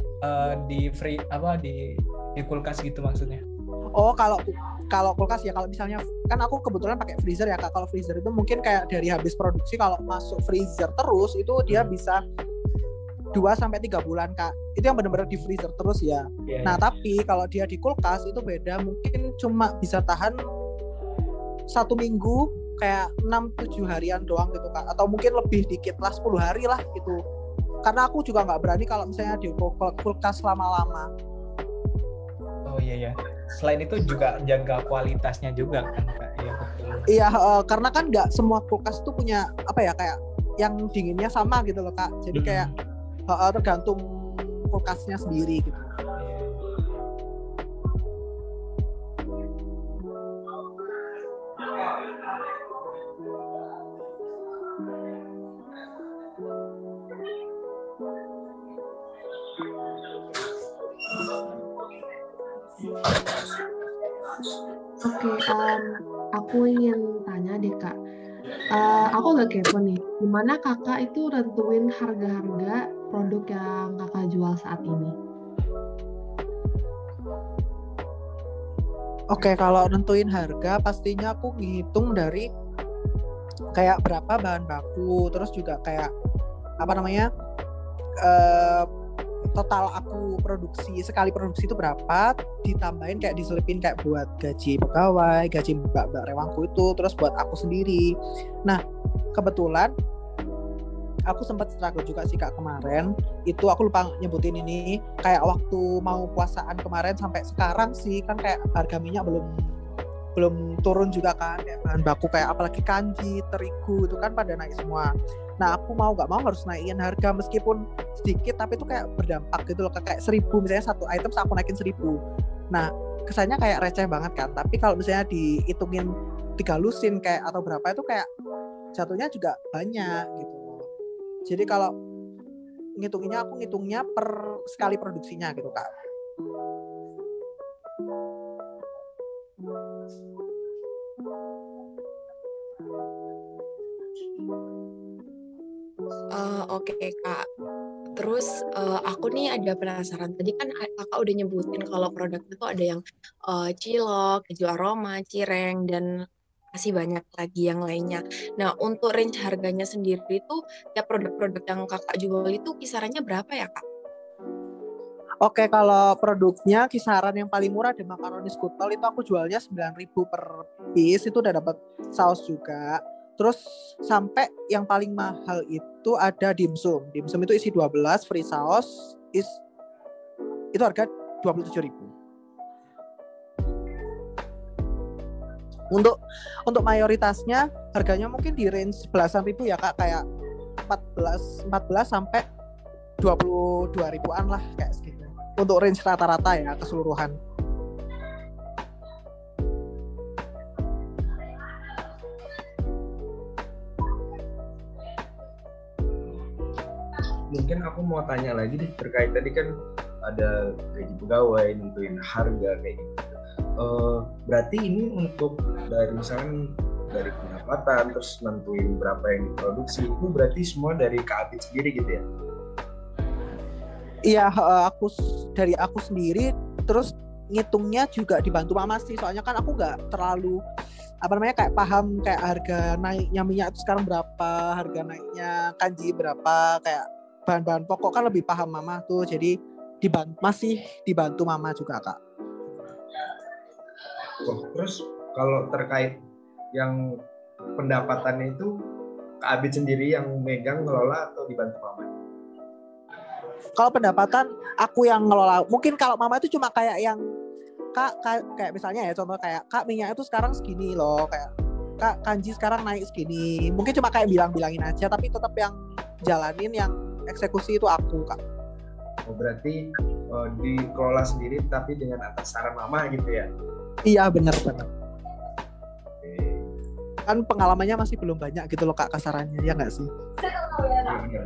Speaker 3: di kulkas gitu maksudnya?
Speaker 7: Oh, kalau kulkas ya, kalau misalnya kan aku kebetulan pakai freezer ya Kak. Kalau freezer itu mungkin kayak dari habis produksi, kalau masuk freezer terus itu dia bisa 2-3 bulan Kak. Itu yang benar-benar di freezer terus ya. Nah, tapi kalau dia di kulkas itu beda, mungkin cuma bisa tahan 1 minggu, kayak 6-7 harian doang gitu Kak. Atau mungkin lebih dikit lah, 10 hari lah gitu. Karena aku juga nggak berani kalau misalnya di kulkas lama-lama.
Speaker 3: Oh iya. Selain itu juga jaga kualitasnya juga kan Kak. Iya betul.
Speaker 7: Iya, karena kan nggak semua kulkas tuh punya kayak yang dinginnya sama gitu loh Kak. Jadi kayak tergantung kulkasnya sendiri gitu.
Speaker 5: Oke, aku ingin tanya deh Kak. Aku agak kepo nih, gimana Kakak itu nentuin harga-harga produk yang Kakak jual saat ini?
Speaker 7: Oke, kalau nentuin harga pastinya aku ngitung dari kayak berapa bahan baku, terus juga kayak total aku sekali produksi itu berapa, ditambahin kayak diselipin kayak buat gaji pegawai, gaji mbak rewangku itu, terus buat aku sendiri. Nah, kebetulan aku sempat struggle juga sih Kak kemarin. Itu aku lupa nyebutin ini, kayak waktu mau puasaan kemarin sampai sekarang sih kan kayak harga minyak belum turun juga kan, kayak bahan baku kayak apalagi kanji, terigu itu kan pada naik semua. Nah, aku mau nggak mau harus naikin harga meskipun sedikit, tapi itu kayak berdampak gitu loh, kayak 1.000 misalnya satu item aku naikin 1.000. Nah, kesannya kayak receh banget kan, tapi kalau misalnya dihitungin 3 lusin kayak atau berapa itu kayak jatuhnya juga banyak gitu. Jadi kalau aku ngitungnya per sekali produksinya gitu Kak.
Speaker 2: Oke Kak. Terus aku nih ada penasaran. Tadi kan Kakak udah nyebutin kalau produknya tuh ada yang cilok, keju aroma, cireng, dan masih banyak lagi yang lainnya. Nah, untuk range harganya sendiri tuh tiap produk-produk yang Kakak jual itu kisarannya berapa ya Kak?
Speaker 7: Oke, kalau produknya kisaran yang paling murah di makaroni skutel itu aku jualnya 9.000 per piece, itu udah dapat saus juga. Terus sampai yang paling mahal itu ada dimsum. Dimsum itu isi 12 free saus, itu harga 27.000. Untuk mayoritasnya harganya mungkin di range belasan ribu ya Kak, kayak 14 sampai 22.000-an lah kayak segitu. Untuk range rata-rata ya keseluruhan.
Speaker 4: Mungkin aku mau tanya lagi deh terkait tadi kan ada gaji pegawai, nentuin harga kayak gitu. Berarti ini untuk dari misalkan dari pendapatan terus nentuin berapa yang diproduksi itu berarti semua dari Kak Abid sendiri gitu ya?
Speaker 7: Iya, dari aku sendiri, terus ngitungnya juga dibantu mama sih, soalnya kan aku nggak terlalu kayak paham kayak harga naiknya minyak itu sekarang berapa, harga naiknya kanji berapa, kayak bahan-bahan pokok kan lebih paham mama tuh, jadi masih dibantu mama juga Kak.
Speaker 4: Terus kalau terkait yang pendapatannya itu Kak Abid sendiri yang megang ngelola atau dibantu mama?
Speaker 7: Kalau pendapatan aku yang ngelola. Mungkin kalau mama itu cuma kayak yang Kak kayak misalnya ya contoh kayak Kak minyak itu sekarang segini loh, kayak Kak kanji sekarang naik segini. Mungkin cuma kayak bilangin aja, tapi tetap yang jalanin, yang eksekusi itu aku Kak.
Speaker 4: Berarti dikelola sendiri tapi dengan atas saran mama gitu ya?
Speaker 7: Iya benar. Kan pengalamannya masih belum banyak gitu loh Kak kasarannya, ya nggak sih?
Speaker 4: Benar.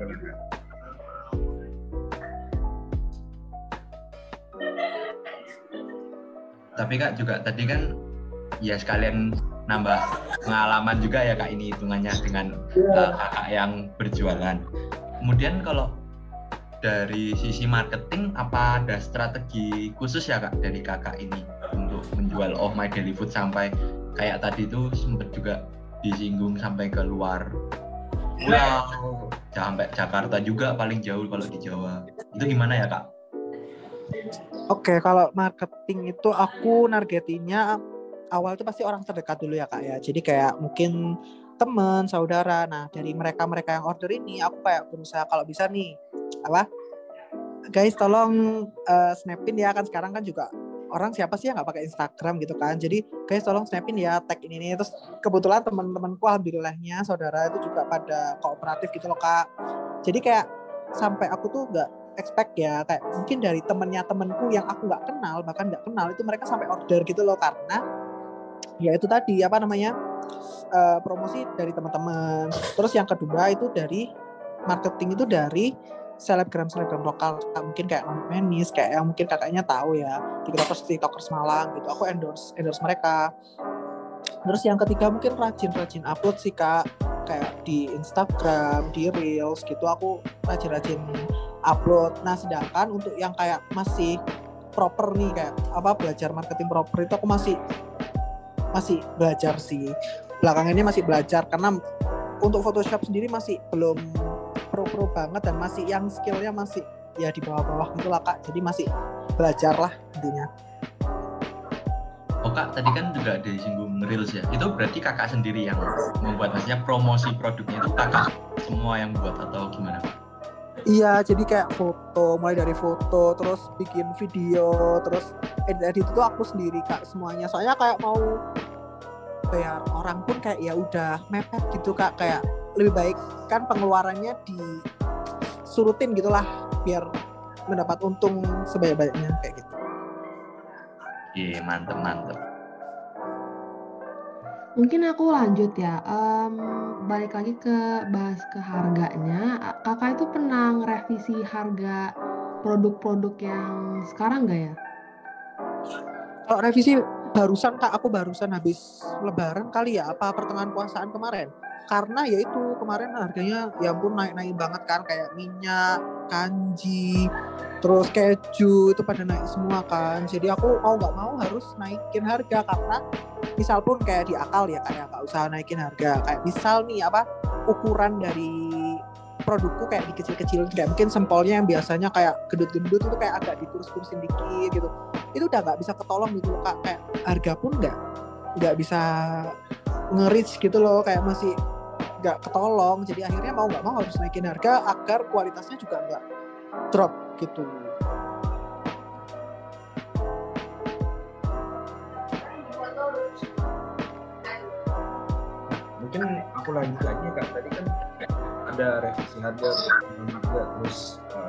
Speaker 6: Tapi Kak juga tadi kan ya sekalian nambah pengalaman juga ya Kak, ini hitungannya dengan kakak yang berjualan. Kemudian kalau dari sisi marketing, apa ada strategi khusus ya Kak dari kakak ini untuk menjual Oh My Daily Food sampai kayak tadi itu sempat juga disinggung sampai ke luar pulau, sampai Jakarta juga paling jauh kalau di Jawa. Itu gimana ya Kak?
Speaker 7: Oke, kalau marketing itu aku nargetinnya awal itu pasti orang terdekat dulu ya Kak ya. Jadi kayak mungkin teman, saudara. Nah, dari mereka yang order ini aku kayak berusaha kalau bisa nih guys tolong snapin ya, kan sekarang kan juga orang siapa sih yang nggak pakai Instagram gitu kan. Jadi guys tolong snapin ya, tag ini. Terus kebetulan teman-temanku alhamdulillahnya saudara itu juga pada kooperatif gitu loh Kak. Jadi kayak sampai aku tuh nggak expect ya, kayak mungkin dari temenku yang aku nggak kenal, bahkan nggak kenal itu mereka sampai order gitu loh, karena ya itu tadi promosi dari teman-teman. Terus yang kedua itu dari marketing itu dari selebgram lokal, mungkin kayak Menis, kayak yang mungkin kakaknya tahu ya, tiktokers Malang gitu, aku endorse mereka. Terus yang ketiga mungkin rajin upload sih Kak, kayak di Instagram, di Reels gitu, aku rajin upload. Nah sedangkan untuk yang kayak masih proper nih, kayak belajar marketing proper itu aku masih belajar sih. Belakangan ini masih belajar karena untuk Photoshop sendiri masih belum pro banget, dan masih yang skillnya masih ya di bawah-bawah gitu lah Kak. Jadi masih belajar lah intinya.
Speaker 6: Oh Kak, tadi kan juga disinggung Reels ya. Itu berarti kakak sendiri yang membuat, maksudnya promosi produknya itu kakak semua yang buat atau gimana Kak?
Speaker 7: Iya, jadi kayak mulai dari foto, terus bikin video, terus edit itu aku sendiri Kak semuanya. Soalnya kayak mau bayar orang pun kayak ya udah mepet gitu Kak, kayak lebih baik kan pengeluarannya disurutin gitulah biar mendapat untung sebanyak-banyaknya kayak gitu.
Speaker 6: Iya, mantep.
Speaker 5: Mungkin aku lanjut ya. Balik lagi bahas ke harganya. Kakak itu pernah ngerevisi harga produk-produk yang sekarang nggak ya?
Speaker 7: Kalau revisi barusan Kak, aku barusan habis lebaran kali ya, apa pertengahan puasaan kemarin. Karena ya itu kemarin harganya ya ampun naik-naik banget kan, kayak minyak, kanji, terus keju itu pada naik semua kan. Jadi aku mau nggak mau harus naikin harga karena misal pun kayak di akal ya kayak nggak usah naikin harga. Kayak misal nih apa ukuran dari produkku kayak dikecil-kecil, kayak mungkin sampelnya yang biasanya kayak gendut-gendut itu kayak agak dikurus-kurusin dikit gitu, itu udah nggak bisa ketolong gitu loh Kak, kayak harga pun nggak bisa nge-reach gitu loh, kayak masih nggak ketolong. Jadi akhirnya mau nggak mau harus naikin harga agar kualitasnya juga nggak drop gitu.
Speaker 4: Mungkin aku lanjut lagi ya Kak, tadi kan ada revisi harga juga, terus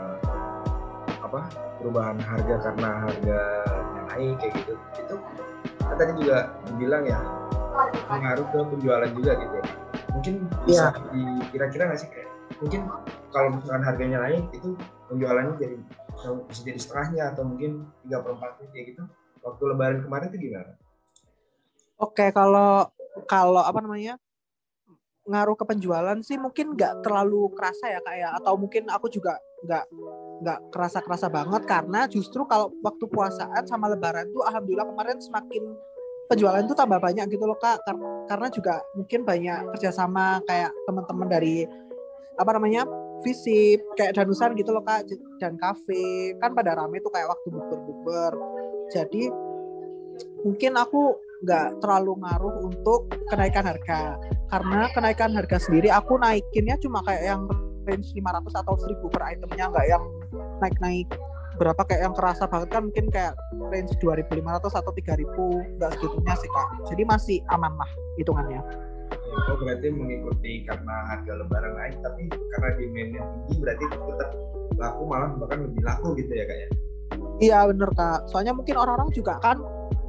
Speaker 4: perubahan harga karena harga naik kayak gitu, itu kan tadi juga dibilang ya pengaruh ke penjualan juga gitu ya. Mungkin bisa kira-kira nggak sih kayak mungkin kalau misalkan harganya naik itu penjualannya bisa jadi setengahnya atau mungkin 3/4 kayak gitu. Waktu lebaran kemarin itu gimana?
Speaker 7: Oke, kalau apa namanya ngaruh ke penjualan sih mungkin nggak terlalu kerasa ya Kak ya, atau mungkin aku juga nggak kerasa banget karena justru kalau waktu puasaan sama lebaran tuh alhamdulillah kemarin semakin penjualan tuh tambah banyak gitu loh Kak, karena juga mungkin banyak kerjasama kayak teman-teman dari apa namanya visip kayak Danusan gitu loh Kak, dan kafe kan pada rame tuh kayak waktu bukber. Jadi mungkin aku nggak terlalu ngaruh untuk kenaikan harga, karena kenaikan harga sendiri aku naikinnya cuma kayak yang range 500 atau 1000 per itemnya, nggak yang naik berapa kayak yang kerasa banget kan, mungkin kayak range 2.500 atau 3.000, nggak segitunya sih Kak, jadi masih aman lah hitungannya.
Speaker 4: Oh berarti mengikuti karena harga lebaran naik, tapi karena demand-nya tinggi berarti tetap laku, malah bahkan lebih laku gitu ya Kak ya?
Speaker 7: Iya bener Kak, soalnya mungkin orang-orang juga kan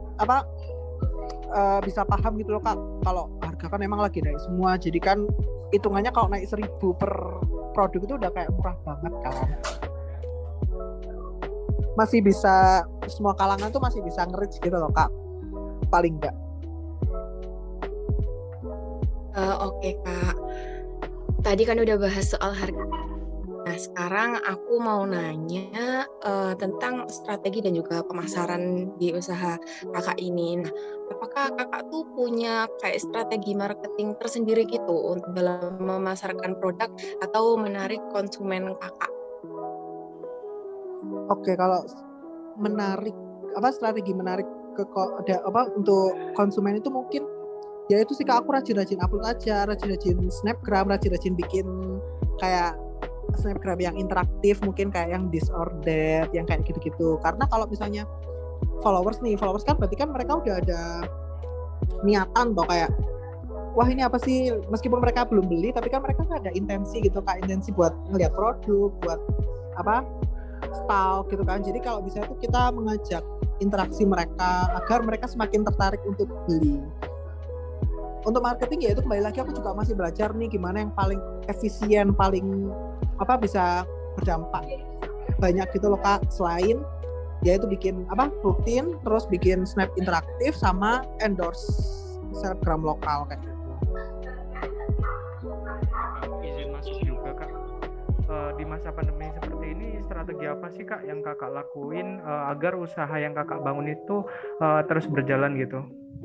Speaker 7: bisa paham gitu loh Kak, kalau harga kan emang lagi naik semua, jadi kan hitungannya kalau naik 1.000 per produk itu udah kayak murah banget kan, masih bisa semua kalangan tuh masih bisa nge-reach gitu loh Kak, paling enggak.
Speaker 2: Oke Kak, tadi kan udah bahas soal harga. Nah sekarang aku mau nanya tentang strategi dan juga pemasaran di usaha kakak ini. Nah, apakah kakak tuh punya kayak strategi marketing tersendiri gitu untuk dalam memasarkan produk atau menarik konsumen kakak?
Speaker 7: Oke, kalau strategi menarik untuk konsumen itu mungkin ya itu sih Kak, aku rajin-rajin upload aja, rajin-rajin snapgram, rajin-rajin bikin kayak snapgram yang interaktif, mungkin kayak yang disordered, yang kayak gitu-gitu. Karena kalau misalnya followers kan berarti kan mereka udah ada niatan toh, kayak wah ini apa sih, meskipun mereka belum beli tapi kan mereka ada intensi gitu Kak, intensi buat ngeliat produk, buat style gitu kan. Jadi kalau bisa itu kita mengajak interaksi mereka agar mereka semakin tertarik untuk beli. Untuk marketing ya itu kembali lagi aku juga masih belajar nih gimana yang paling efisien, paling bisa berdampak banyak gitu loh Kak, selain yaitu bikin rutin, terus bikin snap interaktif sama endorse selebgram lokal kayak gitu.
Speaker 8: Izin masuk juga Kak, di masa pandemi seperti ini strategi apa sih Kak yang kakak lakuin agar usaha yang kakak bangun itu terus berjalan gitu?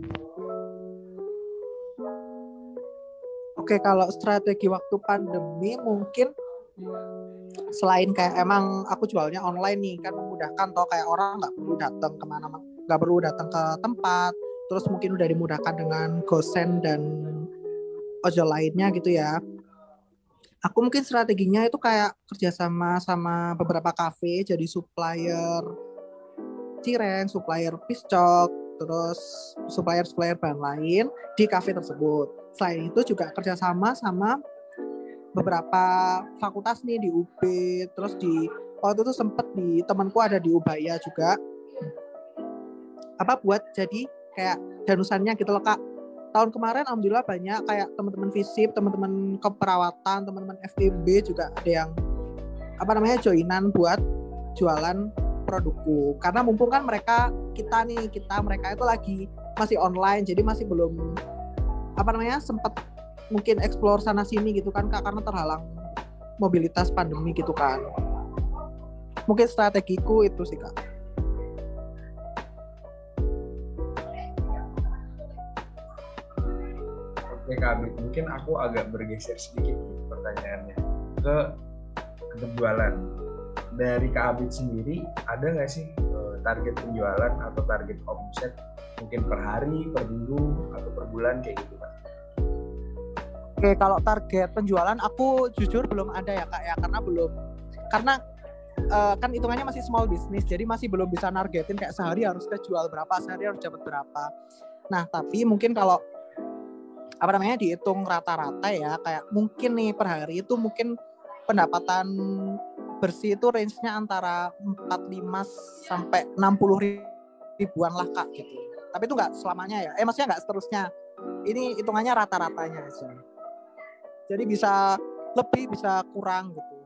Speaker 7: Oke, kalau strategi waktu pandemi mungkin selain kayak emang aku jualnya online nih kan memudahkan toh, kayak orang nggak perlu datang kemana, nggak perlu datang ke tempat, terus mungkin udah dimudahkan dengan GoSend dan ojol lainnya gitu ya. Aku mungkin strateginya itu kayak kerjasama sama beberapa kafe jadi supplier cireng, supplier piscok, terus supplier bahan lain di kafe tersebut. Selain itu juga kerjasama sama beberapa fakultas nih di UB, terus waktu itu sempet di temanku ada di Ubaya juga, buat jadi kayak danusannya gitu loh Kak. tahun kemarin alhamdulillah banyak kayak teman-teman FISIP, teman-teman keperawatan, teman-teman FEB juga ada yang joinan buat jualan produkku. Karena mumpung kan mereka itu lagi masih online, jadi masih belum sempat mungkin explore sana sini gitu kan Kak, karena terhalang mobilitas pandemi gitu kan. Mungkin strategiku itu sih Kak.
Speaker 4: Oke Kak Abid, mungkin aku agak bergeser sedikit pertanyaannya ke penjualan. Dari Kak Abid sendiri, ada nggak sih target penjualan atau target omset mungkin per hari, per minggu, atau per bulan kayak gitu Kak?
Speaker 7: Oke, kalau target penjualan aku jujur belum ada ya Kak ya, karena kan hitungannya masih small business, jadi masih belum bisa nargetin kayak sehari harus kejual berapa, sehari harus dapat berapa. Nah, tapi mungkin kalau dihitung rata-rata ya, kayak mungkin nih per hari itu mungkin pendapatan bersih itu range-nya antara 45 sampai 60 ribuan lah Kak gitu. Tapi itu nggak selamanya ya, maksudnya nggak seterusnya. Ini hitungannya rata-ratanya aja. Jadi bisa lebih, bisa kurang gitu.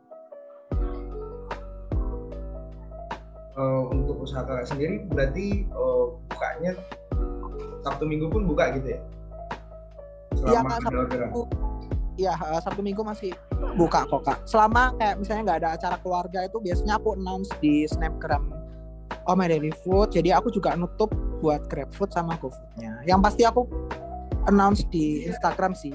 Speaker 4: Untuk usaha Kakak sendiri berarti bukanya Sabtu Minggu pun buka gitu ya?
Speaker 7: Iya Kak, Sabtu Minggu masih buka kok Kak. Selama kayak misalnya nggak ada acara keluarga itu biasanya aku announce di Snapgram Oh My Daily Food. Jadi aku juga nutup buat GrabFood sama GoFood-nya. Yang pasti aku announce di Instagram sih.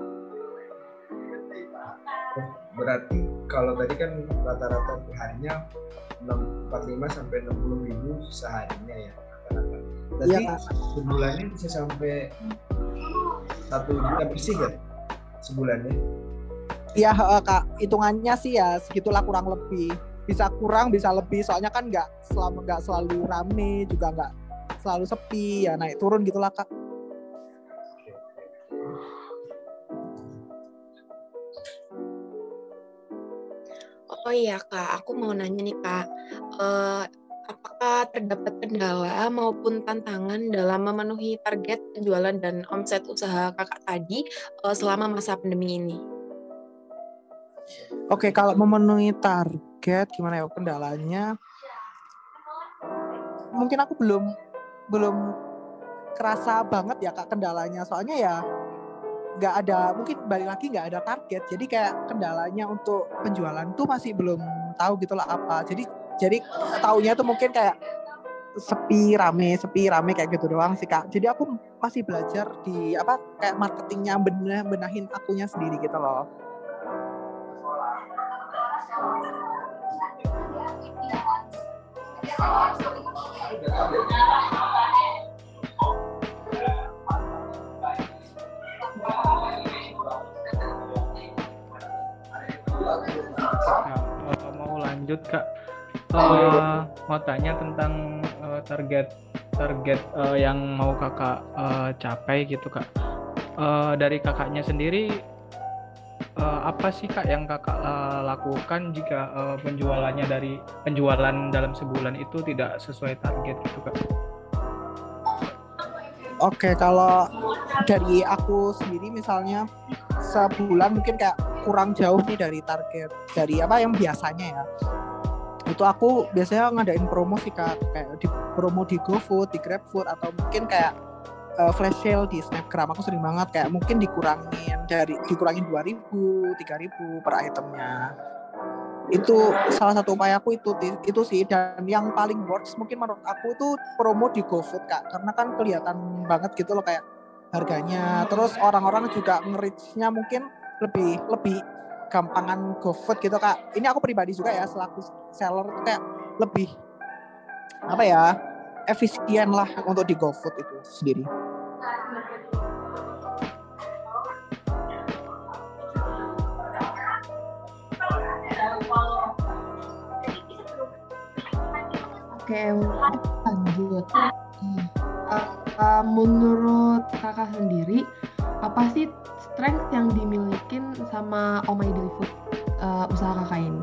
Speaker 4: Berarti kalau tadi kan rata-rata perharinya 45 sampai 60 ribu seharinya ya rata-rata. Berarti sebulannya bisa sampai 1 juta bersih ya sebulannya?
Speaker 7: Iya Kak, hitungannya sih ya segitulah kurang lebih. Bisa kurang, bisa lebih. Soalnya kan nggak selalu rame, juga nggak selalu sepi. Ya naik turun gitulah Kak.
Speaker 2: Oh iya Kak, aku mau nanya nih Kak, apakah terdapat kendala maupun tantangan dalam memenuhi target penjualan dan omset usaha Kakak tadi selama masa pandemi ini?
Speaker 7: Oke, kalau memenuhi target gimana ya kendalanya? Mungkin aku belum kerasa banget ya Kak kendalanya. Soalnya ya nggak ada, mungkin balik lagi nggak ada target. Jadi kayak kendalanya untuk penjualan tuh masih belum tahu gitu lah apa. Jadi taunya tuh mungkin kayak sepi rame kayak gitu doang sih Kak. Jadi aku masih belajar di kayak marketingnya, benahin akunya sendiri gitu loh.
Speaker 8: Mau lanjut Kak, mau tanya tentang target yang mau Kakak capai gitu Kak. Dari Kakaknya sendiri apa sih Kak yang Kakak lakukan jika penjualannya dari penjualan dalam sebulan itu tidak sesuai target gitu Kak?
Speaker 7: Oke, kalau dari aku sendiri misalnya sebulan mungkin kayak kurang jauh nih dari target, dari yang biasanya ya. Itu aku biasanya ngadain promo sih Kak, kayak di promo di GoFood, di GrabFood, atau mungkin kayak flash sale di Snapgram. Aku sering banget kayak mungkin dikurangin 2.000, 3.000 per itemnya. Itu salah satu upayaku itu sih. Dan yang paling works mungkin menurut aku tuh promo di GoFood Kak, karena kan kelihatan banget gitu loh kayak harganya. Terus orang-orang juga nge-reach-nya mungkin lebih gampangan GoFood gitu Kak. Ini aku pribadi juga ya selaku seller tuh kayak lebih efisien lah untuk di GoFood itu sendiri.
Speaker 5: Oke, lanjut. Menurut Kakak sendiri, apa sih strength yang dimiliki sama Oh My Daily Food usaha Kakak ini?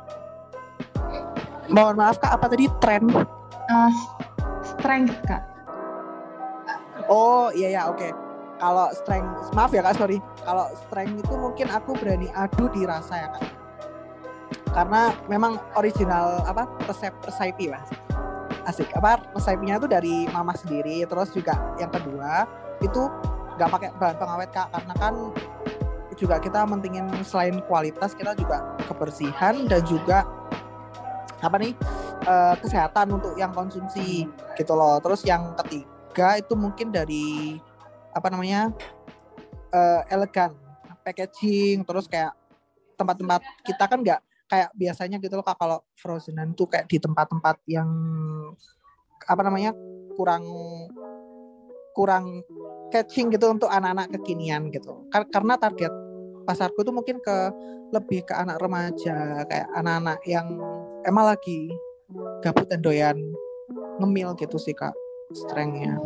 Speaker 7: Mohon maaf Kak, apa tadi tren?
Speaker 5: Strength Kak.
Speaker 7: Oh iya ya, oke. kalau strength, maaf ya Kak, sorry. Kalau strength itu mungkin aku berani adu di rasa ya Kak. Karena memang original resepnya Mas. Asik. Resepnya itu dari mama sendiri. Terus juga yang kedua itu nggak pakai bahan pengawet Kak, karena kan juga kita mentingin selain kualitas kita juga kebersihan dan juga kesehatan untuk yang konsumsi gitu loh. Terus yang ketiga itu mungkin dari elegan packaging, terus kayak tempat-tempat kita kan nggak kayak biasanya gitu loh Kak, kalau frozenan tuh kayak di tempat-tempat yang kurang catching gitu untuk anak-anak kekinian gitu. Karena target pasarku tuh mungkin lebih ke anak remaja, kayak anak-anak yang emang lagi gabut dan doyan ngemil gitu sih Kak, strength-nya.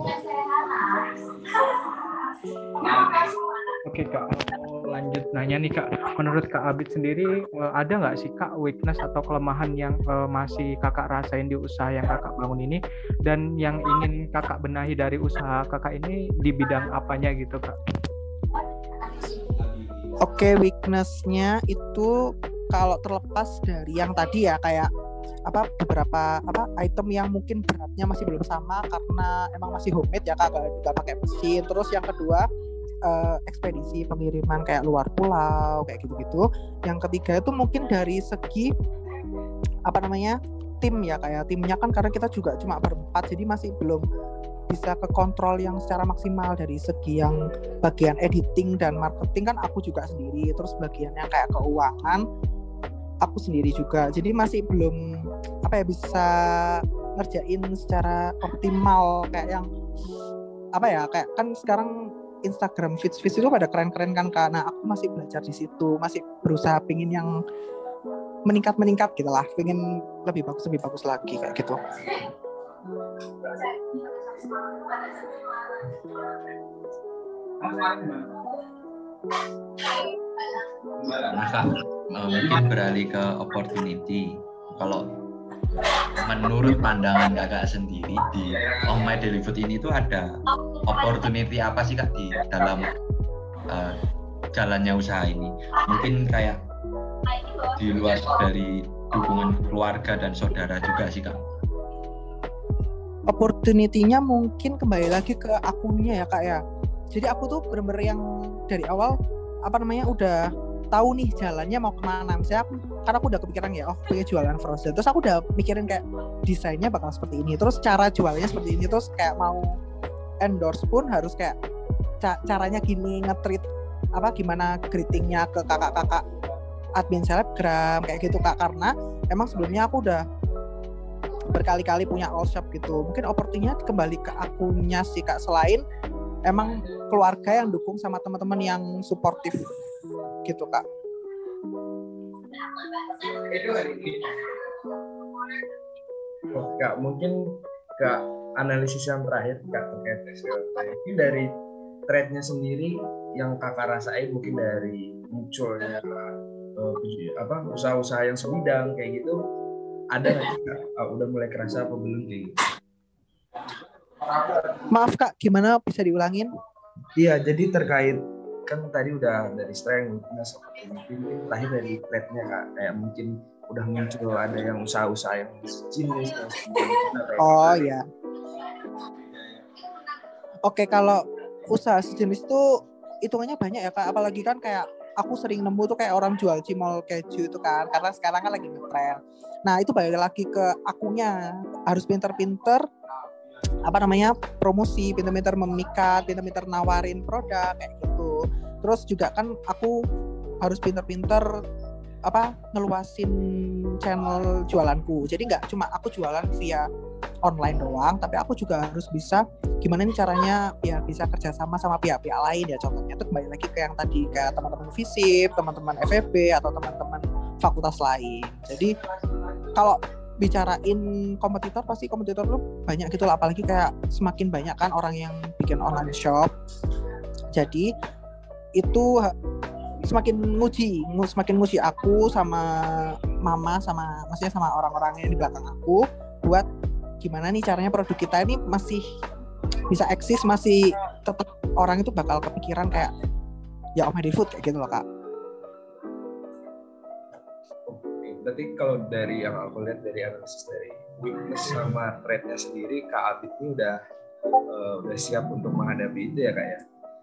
Speaker 8: Oke Kak, mau lanjut nanya nih Kak. Menurut Kak Abid sendiri, ada nggak sih Kak weakness atau kelemahan yang masih Kakak rasain di usaha yang Kakak bangun ini, dan yang ingin Kakak benahi dari usaha Kakak ini di bidang apanya gitu Kak?
Speaker 7: Oke, weakness-nya itu kalau terlepas dari yang tadi ya, kayak beberapa item yang mungkin beratnya masih belum sama karena emang masih homemade ya Kak, nggak pakai mesin. Terus yang kedua ekspedisi pengiriman kayak luar pulau kayak gitu-gitu. Yang ketiga itu mungkin dari segi tim ya, kayak timnya kan karena kita juga cuma berempat, jadi masih belum bisa ke kontrol yang secara maksimal. Dari segi yang bagian editing dan marketing kan aku juga sendiri, terus bagian yang kayak keuangan aku sendiri juga, jadi masih belum bisa ngerjain secara optimal kayak yang kayak kan sekarang Instagram feeds itu pada keren-keren kan Kak. Nah aku masih belajar di situ, masih berusaha pingin yang meningkat gitu lah, pingin lebih bagus lagi kayak gitu.
Speaker 6: Nah Kak, mungkin beralih ke opportunity. Kalau menurut pandangan Kakak sendiri di Oh My Daily Food ini tuh ada opportunity apa sih Kak di dalam jalannya usaha ini? Mungkin kayak di luar dari dukungan keluarga dan saudara juga sih Kak.
Speaker 7: Opportunity-nya mungkin kembali lagi ke akunya ya Kak ya. Jadi aku tuh bener-bener yang dari awal udah tahu nih jalannya mau kemana. Misalnya karena aku udah kepikiran ya, pengen jualan frozen. Terus aku udah mikirin kayak desainnya bakal seperti ini, terus cara jualnya seperti ini, terus kayak mau endorse pun harus kayak caranya gini, nge-treat gimana greetingnya ke kakak-kakak admin selebgram kayak gitu Kak. Karena emang sebelumnya aku udah berkali-kali punya all shop gitu. Mungkin opportunity-nya kembali ke akunya sih Kak, selain emang keluarga yang dukung sama teman-teman yang suportif gitu Kak.
Speaker 4: Kak, mungkin Kak analisis yang terakhir Kak terkait SWOT. Ini dari trade-nya sendiri yang Kakak rasain, mungkin dari munculnya usaha-usaha yang sebidang kayak gitu, ada nggak sih Kak? Udah mulai kerasa apa belum kayak gitu?
Speaker 7: Maaf Kak, gimana, bisa diulangin?
Speaker 4: Iya, jadi terkait kan tadi udah dari strength, mungkin terakhir dari trade-nya Kak, kayak mungkin udah muncul ada yang usaha-usaha yang sejenis.
Speaker 7: Oh ya. Oke, kalau usaha sejenis itu hitungannya banyak ya Kak, apalagi kan kayak aku sering nemu tuh kayak orang jual cimol keju itu kan, karena sekarang kan lagi ngetren. Nah itu balik lagi ke akunya, harus pinter-pinter promosi, pinter-pinter memikat, pinter-pinter nawarin produk kayak gitu. Terus juga kan aku harus pinter-pinter ngeluasin channel jualanku. Jadi nggak cuma aku jualan via online doang, tapi aku juga harus bisa gimana nih caranya biar bisa kerjasama sama pihak-pihak lain ya. Contohnya itu kembali lagi ke yang tadi, kayak teman-teman FISIP, teman-teman FEB atau teman-teman fakultas lain. Jadi kalau bicarain kompetitor, pasti kompetitor tuh banyak gitu lah, apalagi kayak semakin banyak kan orang yang bikin online shop. Jadi itu semakin nguji aku sama mama, maksudnya sama orang-orang yang di belakang aku, buat gimana nih caranya produk kita ini masih bisa eksis, masih tetap orang itu bakal kepikiran kayak ya Oh My Daily Food kayak gitu loh Kak.
Speaker 4: Oke, berarti kalau dari yang aku lihat dari analisis dari weakness sama threat-nya sendiri, Kak Abid ini udah siap untuk menghadapi itu ya Kak ya?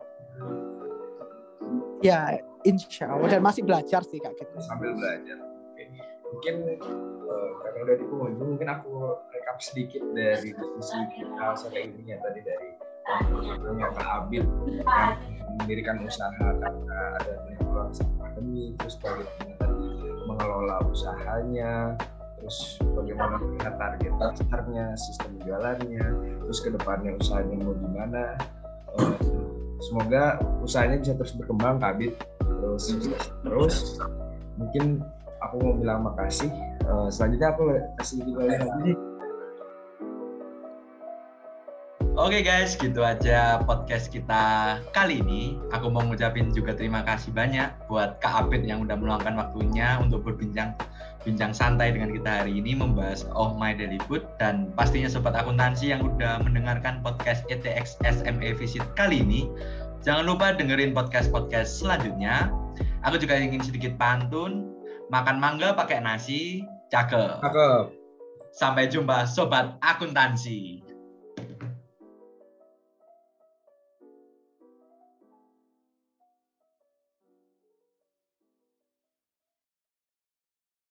Speaker 7: Ya insya Allah, dan masih belajar sih Kak gitu.
Speaker 4: Sambil belajar. Oke. Mungkin karena udah di penghujung, mungkin aku rekap sedikit dari diskusi kita sore ini ya, tadi dari Kak Abid yang mendirikan usaha karena ada peluang saat pandemi, terus bagaimana tadi mengelola usahanya, terus bagaimana melihat target pasarnya, sistem jualannya, terus kedepannya usahanya mau gimana. Semoga usahanya bisa terus berkembang Kak Abid, terus mungkin aku mau bilang makasih. Selanjutnya aku kasih lagi.
Speaker 6: Oke guys, gitu aja podcast kita kali ini. Aku mau ngucapin juga terima kasih banyak buat Kak Abid yang udah meluangkan waktunya untuk berbincang santai dengan kita hari ini membahas Oh My Daily Food, dan pastinya sobat akuntansi yang udah mendengarkan podcast ETX SME Visit kali ini. Jangan lupa dengerin podcast-podcast selanjutnya. Aku juga ingin sedikit pantun. Makan mangga pakai nasi, cakep.
Speaker 4: Cakep.
Speaker 6: Sampai jumpa sobat akuntansi.